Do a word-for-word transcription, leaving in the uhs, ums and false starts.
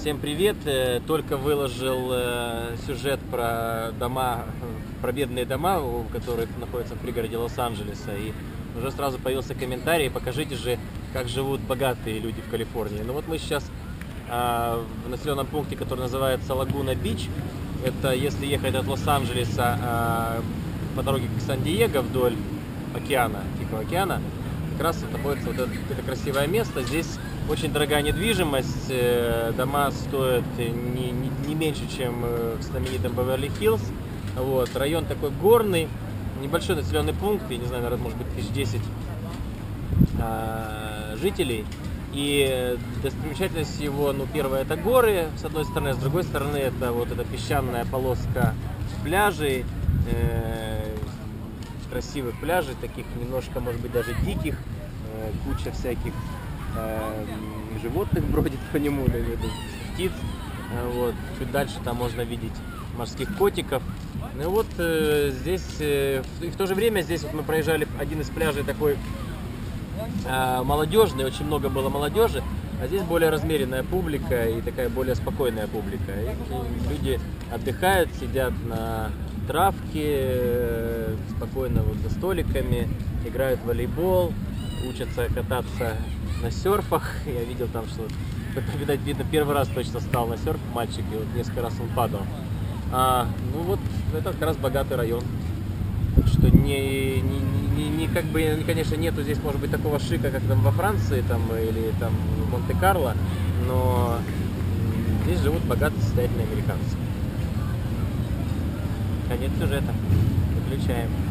Всем привет! Э, Только выложил э, сюжет про дома, про бедные дома, у которых находятся в пригороде Лос-Анджелеса. И уже сразу появился комментарий: покажите же, как живут богатые люди в Калифорнии. Ну вот мы сейчас э, в населенном пункте, который называется Лагуна-Бич. Это если ехать от Лос-Анджелеса э, по дороге к Сан-Диего вдоль океана, Тихого океана, как раз вот находится вот это, это красивое место. Здесь очень дорогая недвижимость, дома стоят не, не, не меньше, чем в знаменитом Беверли-Хиллз. Вот. Район такой горный, небольшой населенный пункт, я не знаю, наверное, может быть тысяч десять а, жителей. И достопримечательность его, ну, первое, это горы, с одной стороны, а с другой стороны, это вот эта песчаная полоска пляжей, э, красивых пляжей, таких немножко, может быть, даже диких, э, куча всяких животных бродит по нему, наверное, птиц. Вот. Чуть дальше там можно видеть морских котиков. Ну вот э, здесь, э, и в то же время здесь вот мы проезжали один из пляжей такой э, молодежный, очень много было молодежи, а здесь более размеренная публика и такая более спокойная публика. И, и люди отдыхают, сидят на травке, э, спокойно вот за столиками, играют в волейбол, учатся кататься на серфах. Я видел там, что, видать, видно, первый раз точно стал на серф мальчик, и вот несколько раз он падал. А, ну вот, это как раз богатый район. Что не, не, не, не, как бы, конечно, нету здесь, может быть, такого шика, как там во Франции, там, или там в Монте-Карло, но здесь живут богатые, состоятельные американцы. Конец сюжета. Выключаем.